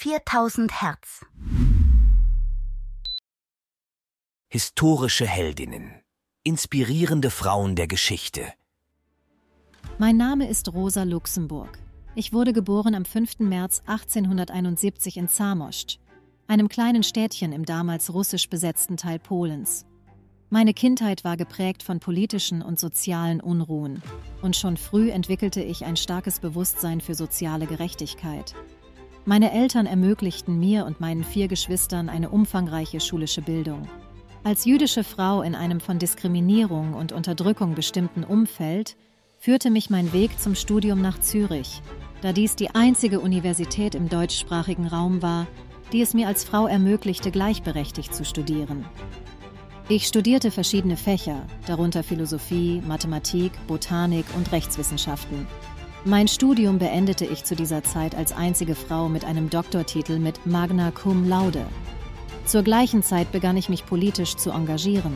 4000 Hertz. Historische Heldinnen. Inspirierende Frauen der Geschichte. Mein Name ist Rosa Luxemburg. Ich wurde geboren am 5. März 1871 in Zamość, einem kleinen Städtchen im damals russisch besetzten Teil Polens. Meine Kindheit war geprägt von politischen und sozialen Unruhen, und schon früh entwickelte ich ein starkes Bewusstsein für soziale Gerechtigkeit. Meine Eltern ermöglichten mir und meinen 4 Geschwistern eine umfangreiche schulische Bildung. Als jüdische Frau in einem von Diskriminierung und Unterdrückung bestimmten Umfeld führte mich mein Weg zum Studium nach Zürich, da dies die einzige Universität im deutschsprachigen Raum war, die es mir als Frau ermöglichte, gleichberechtigt zu studieren. Ich studierte verschiedene Fächer, darunter Philosophie, Mathematik, Botanik und Rechtswissenschaften. Mein Studium beendete ich zu dieser Zeit als einzige Frau mit einem Doktortitel mit Magna Cum Laude. Zur gleichen Zeit begann ich mich politisch zu engagieren.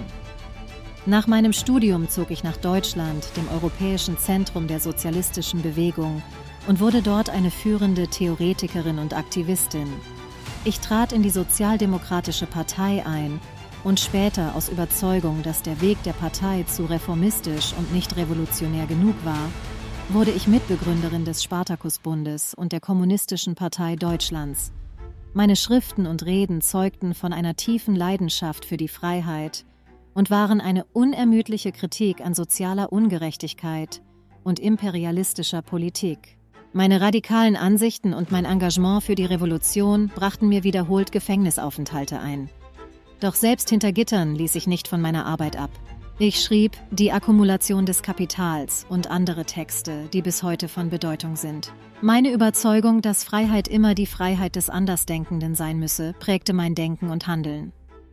Nach meinem Studium zog ich nach Deutschland, dem europäischen Zentrum der sozialistischen Bewegung, und wurde dort eine führende Theoretikerin und Aktivistin. Ich trat in die Sozialdemokratische Partei ein und später aus Überzeugung, dass der Weg der Partei zu reformistisch und nicht revolutionär genug war, wurde ich Mitbegründerin des Spartakusbundes und der Kommunistischen Partei Deutschlands. Meine Schriften und Reden zeugten von einer tiefen Leidenschaft für die Freiheit und waren eine unermüdliche Kritik an sozialer Ungerechtigkeit und imperialistischer Politik. Meine radikalen Ansichten und mein Engagement für die Revolution brachten mir wiederholt Gefängnisaufenthalte ein. Doch selbst hinter Gittern ließ ich nicht von meiner Arbeit ab. Ich schrieb Die Akkumulation des Kapitals und andere Texte, die bis heute von Bedeutung sind. Meine Überzeugung, dass Freiheit immer die Freiheit des Andersdenkenden sein müsse, prägte mein Denken und Handeln.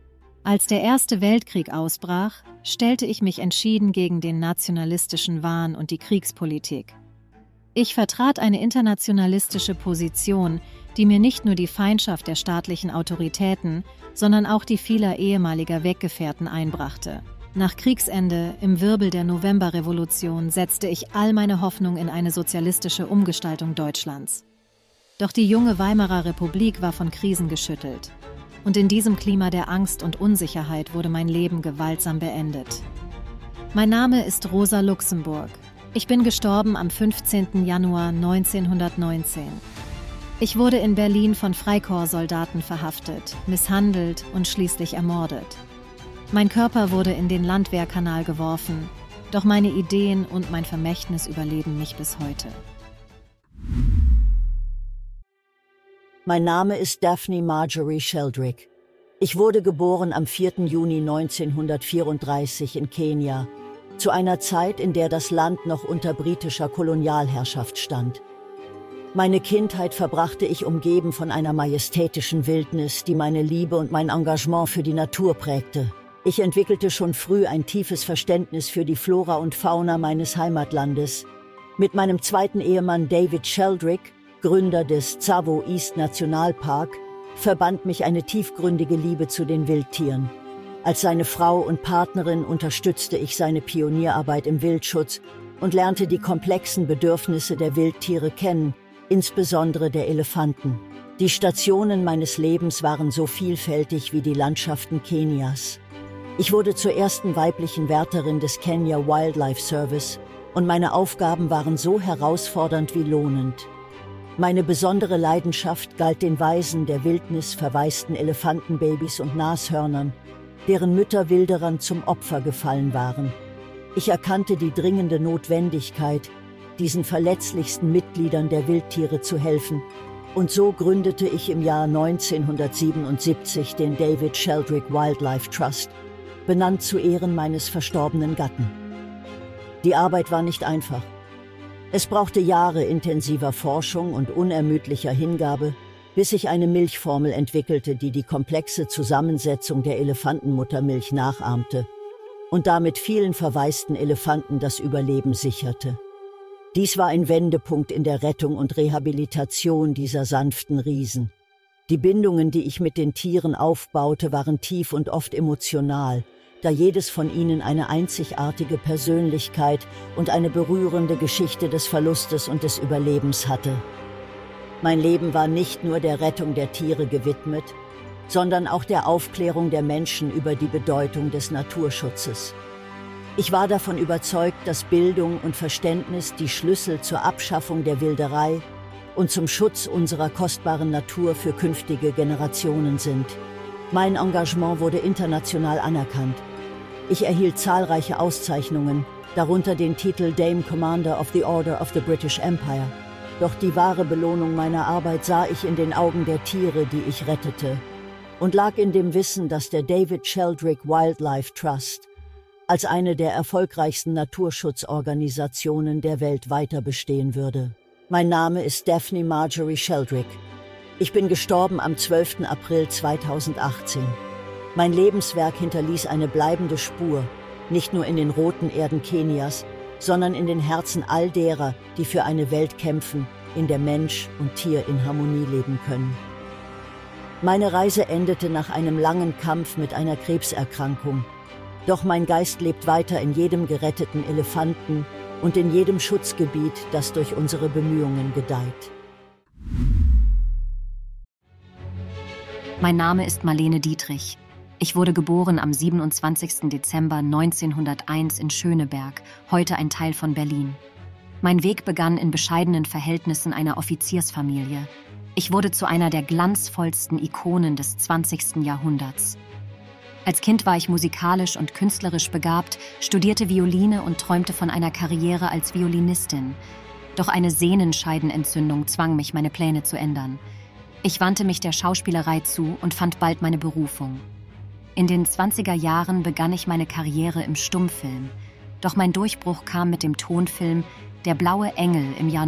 Als der Erste Weltkrieg ausbrach, stellte ich mich entschieden gegen den nationalistischen Wahn und die Kriegspolitik. Ich vertrat eine internationalistische Position, die mir nicht nur die Feindschaft der staatlichen Autoritäten, sondern auch die vieler ehemaliger Weggefährten einbrachte. Nach Kriegsende, im Wirbel der Novemberrevolution, setzte ich all meine Hoffnung in eine sozialistische Umgestaltung Deutschlands. Doch die junge Weimarer Republik war von Krisen geschüttelt. Und in diesem Klima der Angst und Unsicherheit wurde mein Leben gewaltsam beendet. Mein Name ist Rosa Luxemburg. Ich bin gestorben am 15. Januar 1919. Ich wurde in Berlin von Freikorpssoldaten verhaftet, misshandelt und schließlich ermordet. Mein Körper wurde in den Landwehrkanal geworfen, doch meine Ideen und mein Vermächtnis überleben mich bis heute. Mein Name ist Daphne Marjorie Sheldrick. Ich wurde geboren am 4. Juni 1934 in Kenia, zu einer Zeit, in der das Land noch unter britischer Kolonialherrschaft stand. Meine Kindheit verbrachte ich umgeben von einer majestätischen Wildnis, die meine Liebe und mein Engagement für die Natur prägte. Ich entwickelte schon früh ein tiefes Verständnis für die Flora und Fauna meines Heimatlandes. Mit meinem zweiten Ehemann David Sheldrick, Gründer des Tsavo East Nationalpark, verband mich eine tiefgründige Liebe zu den Wildtieren. Als seine Frau und Partnerin unterstützte ich seine Pionierarbeit im Wildschutz und lernte die komplexen Bedürfnisse der Wildtiere kennen, insbesondere der Elefanten. Die Stationen meines Lebens waren so vielfältig wie die Landschaften Kenias. Ich wurde zur ersten weiblichen Wärterin des Kenya Wildlife Service und meine Aufgaben waren so herausfordernd wie lohnend. Meine besondere Leidenschaft galt den Waisen der Wildnis verwaisten Elefantenbabys und Nashörnern, deren Mütter Wilderern zum Opfer gefallen waren. Ich erkannte die dringende Notwendigkeit, diesen verletzlichsten Mitgliedern der Wildtiere zu helfen, und so gründete ich im Jahr 1977 den David Sheldrick Wildlife Trust, benannt zu Ehren meines verstorbenen Gatten. Die Arbeit war nicht einfach. Es brauchte Jahre intensiver Forschung und unermüdlicher Hingabe, bis ich eine Milchformel entwickelte, die die komplexe Zusammensetzung der Elefantenmuttermilch nachahmte und damit vielen verwaisten Elefanten das Überleben sicherte. Dies war ein Wendepunkt in der Rettung und Rehabilitation dieser sanften Riesen. Die Bindungen, die ich mit den Tieren aufbaute, waren tief und oft emotional, da jedes von ihnen eine einzigartige Persönlichkeit und eine berührende Geschichte des Verlustes und des Überlebens hatte. Mein Leben war nicht nur der Rettung der Tiere gewidmet, sondern auch der Aufklärung der Menschen über die Bedeutung des Naturschutzes. Ich war davon überzeugt, dass Bildung und Verständnis die Schlüssel zur Abschaffung der Wilderei und zum Schutz unserer kostbaren Natur für künftige Generationen sind. Mein Engagement wurde international anerkannt. Ich erhielt zahlreiche Auszeichnungen, darunter den Titel Dame Commander of the Order of the British Empire. Doch die wahre Belohnung meiner Arbeit sah ich in den Augen der Tiere, die ich rettete, und lag in dem Wissen, dass der David Sheldrick Wildlife Trust als eine der erfolgreichsten Naturschutzorganisationen der Welt weiter bestehen würde. Mein Name ist Daphne Marjorie Sheldrick. Ich bin gestorben am 12. April 2018. Mein Lebenswerk hinterließ eine bleibende Spur, nicht nur in den roten Erden Kenias, sondern in den Herzen all derer, die für eine Welt kämpfen, in der Mensch und Tier in Harmonie leben können. Meine Reise endete nach einem langen Kampf mit einer Krebserkrankung. Doch mein Geist lebt weiter in jedem geretteten Elefanten und in jedem Schutzgebiet, das durch unsere Bemühungen gedeiht. Mein Name ist Marlene Dietrich. Ich wurde geboren am 27. Dezember 1901 in Schöneberg, heute ein Teil von Berlin. Mein Weg begann in bescheidenen Verhältnissen einer Offiziersfamilie. Ich wurde zu einer der glanzvollsten Ikonen des 20. Jahrhunderts. Als Kind war ich musikalisch und künstlerisch begabt, studierte Violine und träumte von einer Karriere als Violinistin. Doch eine Sehnenscheidenentzündung zwang mich, meine Pläne zu ändern. Ich wandte mich der Schauspielerei zu und fand bald meine Berufung. In den 20er Jahren begann ich meine Karriere im Stummfilm. Doch mein Durchbruch kam mit dem Tonfilm Der blaue Engel im Jahr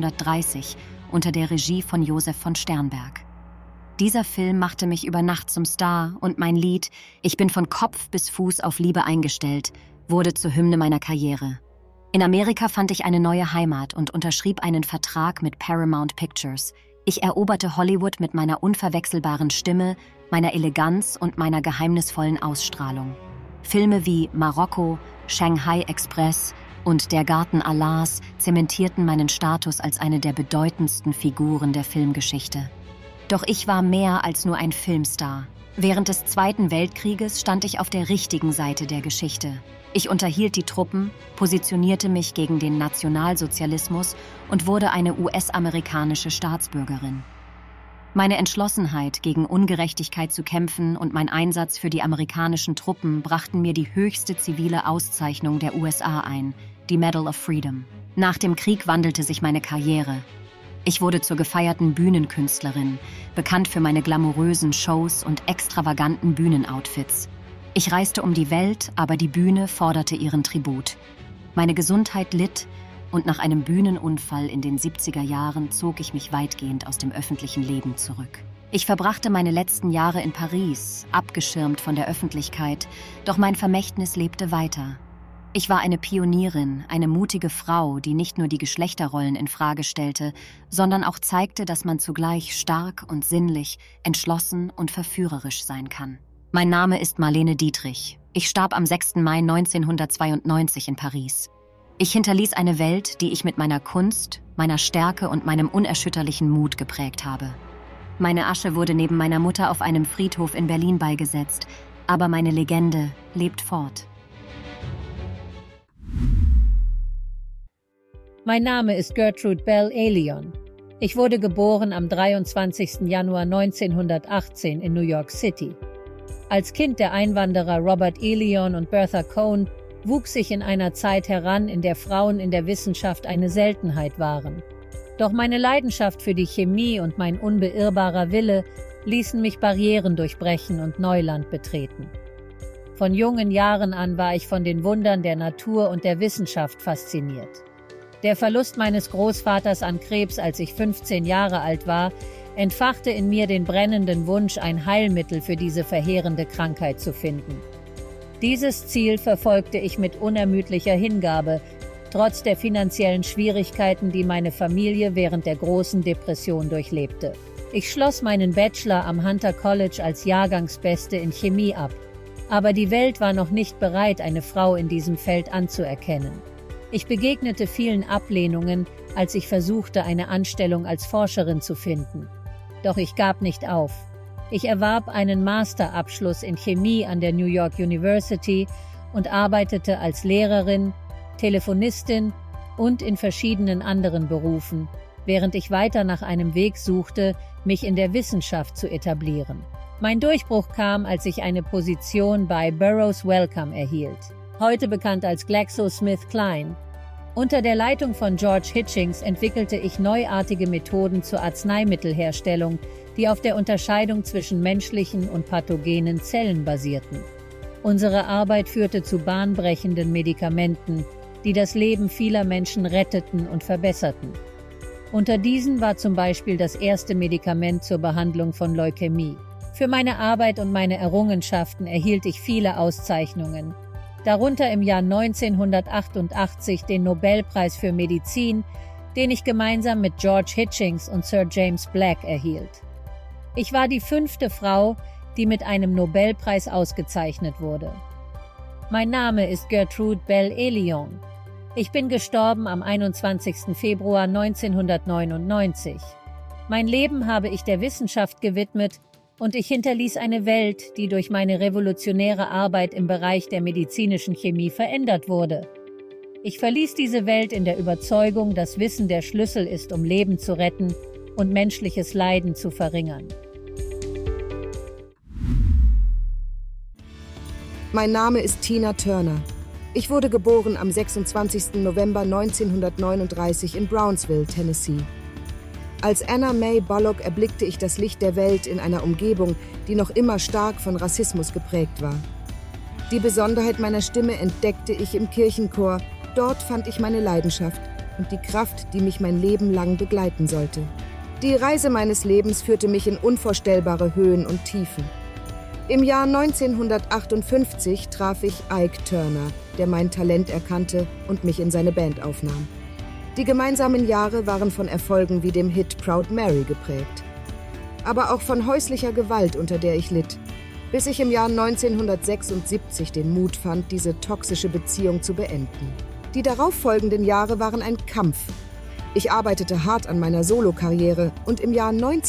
1930 unter der Regie von Josef von Sternberg. Dieser Film machte mich über Nacht zum Star und mein Lied »Ich bin von Kopf bis Fuß auf Liebe eingestellt« wurde zur Hymne meiner Karriere. In Amerika fand ich eine neue Heimat und unterschrieb einen Vertrag mit Paramount Pictures. Ich eroberte Hollywood mit meiner unverwechselbaren Stimme, meiner Eleganz und meiner geheimnisvollen Ausstrahlung. Filme wie Marokko, Shanghai Express und Der Garten Allahs zementierten meinen Status als eine der bedeutendsten Figuren der Filmgeschichte. Doch ich war mehr als nur ein Filmstar. Während des Zweiten Weltkrieges stand ich auf der richtigen Seite der Geschichte. Ich unterhielt die Truppen, positionierte mich gegen den Nationalsozialismus und wurde eine US-amerikanische Staatsbürgerin. Meine Entschlossenheit, gegen Ungerechtigkeit zu kämpfen und mein Einsatz für die amerikanischen Truppen brachten mir die höchste zivile Auszeichnung der USA ein, die Medal of Freedom. Nach dem Krieg wandelte sich meine Karriere. Ich wurde zur gefeierten Bühnenkünstlerin, bekannt für meine glamourösen Shows und extravaganten Bühnenoutfits. Ich reiste um die Welt, aber die Bühne forderte ihren Tribut. Meine Gesundheit litt und nach einem Bühnenunfall in den 70er Jahren zog ich mich weitgehend aus dem öffentlichen Leben zurück. Ich verbrachte meine letzten Jahre in Paris, abgeschirmt von der Öffentlichkeit, doch mein Vermächtnis lebte weiter. Ich war eine Pionierin, eine mutige Frau, die nicht nur die Geschlechterrollen in Frage stellte, sondern auch zeigte, dass man zugleich stark und sinnlich, entschlossen und verführerisch sein kann. Mein Name ist Marlene Dietrich. Ich starb am 6. Mai 1992 in Paris. Ich hinterließ eine Welt, die ich mit meiner Kunst, meiner Stärke und meinem unerschütterlichen Mut geprägt habe. Meine Asche wurde neben meiner Mutter auf einem Friedhof in Berlin beigesetzt, aber meine Legende lebt fort. Mein Name ist Gertrude Bell Elion. Ich wurde geboren am 23. Januar 1918 in New York City. Als Kind der Einwanderer Robert Elion und Bertha Cohn wuchs ich in einer Zeit heran, in der Frauen in der Wissenschaft eine Seltenheit waren. Doch meine Leidenschaft für die Chemie und mein unbeirrbarer Wille ließen mich Barrieren durchbrechen und Neuland betreten. Von jungen Jahren an war ich von den Wundern der Natur und der Wissenschaft fasziniert. Der Verlust meines Großvaters an Krebs, als ich 15 Jahre alt war, entfachte in mir den brennenden Wunsch, ein Heilmittel für diese verheerende Krankheit zu finden. Dieses Ziel verfolgte ich mit unermüdlicher Hingabe, trotz der finanziellen Schwierigkeiten, die meine Familie während der großen Depression durchlebte. Ich schloss meinen Bachelor am Hunter College als Jahrgangsbeste in Chemie ab. Aber die Welt war noch nicht bereit, eine Frau in diesem Feld anzuerkennen. Ich begegnete vielen Ablehnungen, als ich versuchte, eine Anstellung als Forscherin zu finden. Doch ich gab nicht auf. Ich erwarb einen Masterabschluss in Chemie an der New York University und arbeitete als Lehrerin, Telefonistin und in verschiedenen anderen Berufen, während ich weiter nach einem Weg suchte, mich in der Wissenschaft zu etablieren. Mein Durchbruch kam, als ich eine Position bei Burroughs Wellcome erhielt, heute bekannt als GlaxoSmithKline. Unter der Leitung von George Hitchings entwickelte ich neuartige Methoden zur Arzneimittelherstellung, die auf der Unterscheidung zwischen menschlichen und pathogenen Zellen basierten. Unsere Arbeit führte zu bahnbrechenden Medikamenten, die das Leben vieler Menschen retteten und verbesserten. Unter diesen war zum Beispiel das erste Medikament zur Behandlung von Leukämie. Für meine Arbeit und meine Errungenschaften erhielt ich viele Auszeichnungen, darunter im Jahr 1988 den Nobelpreis für Medizin, den ich gemeinsam mit George Hitchings und Sir James Black erhielt. Ich war die 5. Frau, die mit einem Nobelpreis ausgezeichnet wurde. Mein Name ist Gertrude Bell Elion. Ich bin gestorben am 21. Februar 1999. Mein Leben habe ich der Wissenschaft gewidmet und ich hinterließ eine Welt, die durch meine revolutionäre Arbeit im Bereich der medizinischen Chemie verändert wurde. Ich verließ diese Welt in der Überzeugung, dass Wissen der Schlüssel ist, um Leben zu retten und menschliches Leiden zu verringern. Mein Name ist Tina Turner. Ich wurde geboren am 26. November 1939 in Brownsville, Tennessee. Als Anna May Bullock erblickte ich das Licht der Welt in einer Umgebung, die noch immer stark von Rassismus geprägt war. Die Besonderheit meiner Stimme entdeckte ich im Kirchenchor. Dort fand ich meine Leidenschaft und die Kraft, die mich mein Leben lang begleiten sollte. Die Reise meines Lebens führte mich in unvorstellbare Höhen und Tiefen. Im Jahr 1958 traf ich Ike Turner, der mein Talent erkannte und mich in seine Band aufnahm. Die gemeinsamen Jahre waren von Erfolgen wie dem Hit Proud Mary geprägt. Aber auch von häuslicher Gewalt, unter der ich litt, bis ich im Jahr 1976 den Mut fand, diese toxische Beziehung zu beenden. Die darauffolgenden Jahre waren ein Kampf. Ich arbeitete hart an meiner Solokarriere und im Jahr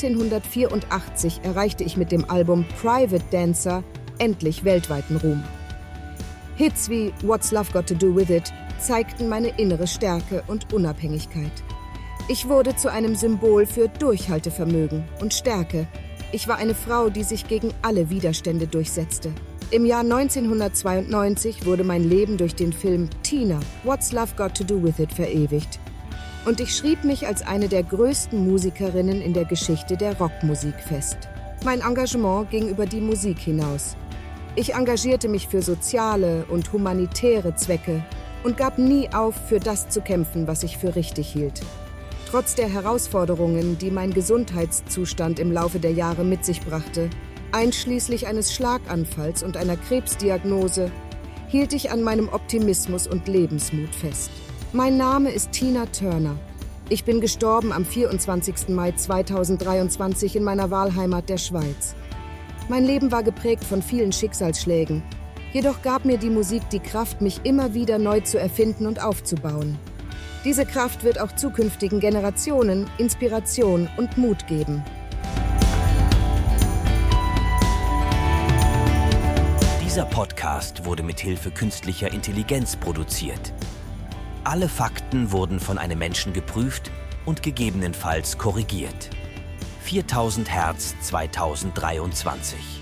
1984 erreichte ich mit dem Album Private Dancer endlich weltweiten Ruhm. Hits wie What's Love Got to Do With It zeigten meine innere Stärke und Unabhängigkeit. Ich wurde zu einem Symbol für Durchhaltevermögen und Stärke. Ich war eine Frau, die sich gegen alle Widerstände durchsetzte. Im Jahr 1992 wurde mein Leben durch den Film Tina, What's Love Got to Do With It verewigt. Und ich schrieb mich als eine der größten Musikerinnen in der Geschichte der Rockmusik fest. Mein Engagement ging über die Musik hinaus. Ich engagierte mich für soziale und humanitäre Zwecke und gab nie auf, für das zu kämpfen, was ich für richtig hielt. Trotz der Herausforderungen, die mein Gesundheitszustand im Laufe der Jahre mit sich brachte, einschließlich eines Schlaganfalls und einer Krebsdiagnose, hielt ich an meinem Optimismus und Lebensmut fest. Mein Name ist Tina Turner. Ich bin gestorben am 24. Mai 2023 in meiner Wahlheimat der Schweiz. Mein Leben war geprägt von vielen Schicksalsschlägen. Jedoch gab mir die Musik die Kraft, mich immer wieder neu zu erfinden und aufzubauen. Diese Kraft wird auch zukünftigen Generationen Inspiration und Mut geben. Dieser Podcast wurde mit Hilfe künstlicher Intelligenz produziert. Alle Fakten wurden von einem Menschen geprüft und gegebenenfalls korrigiert. 4000 Hertz 2023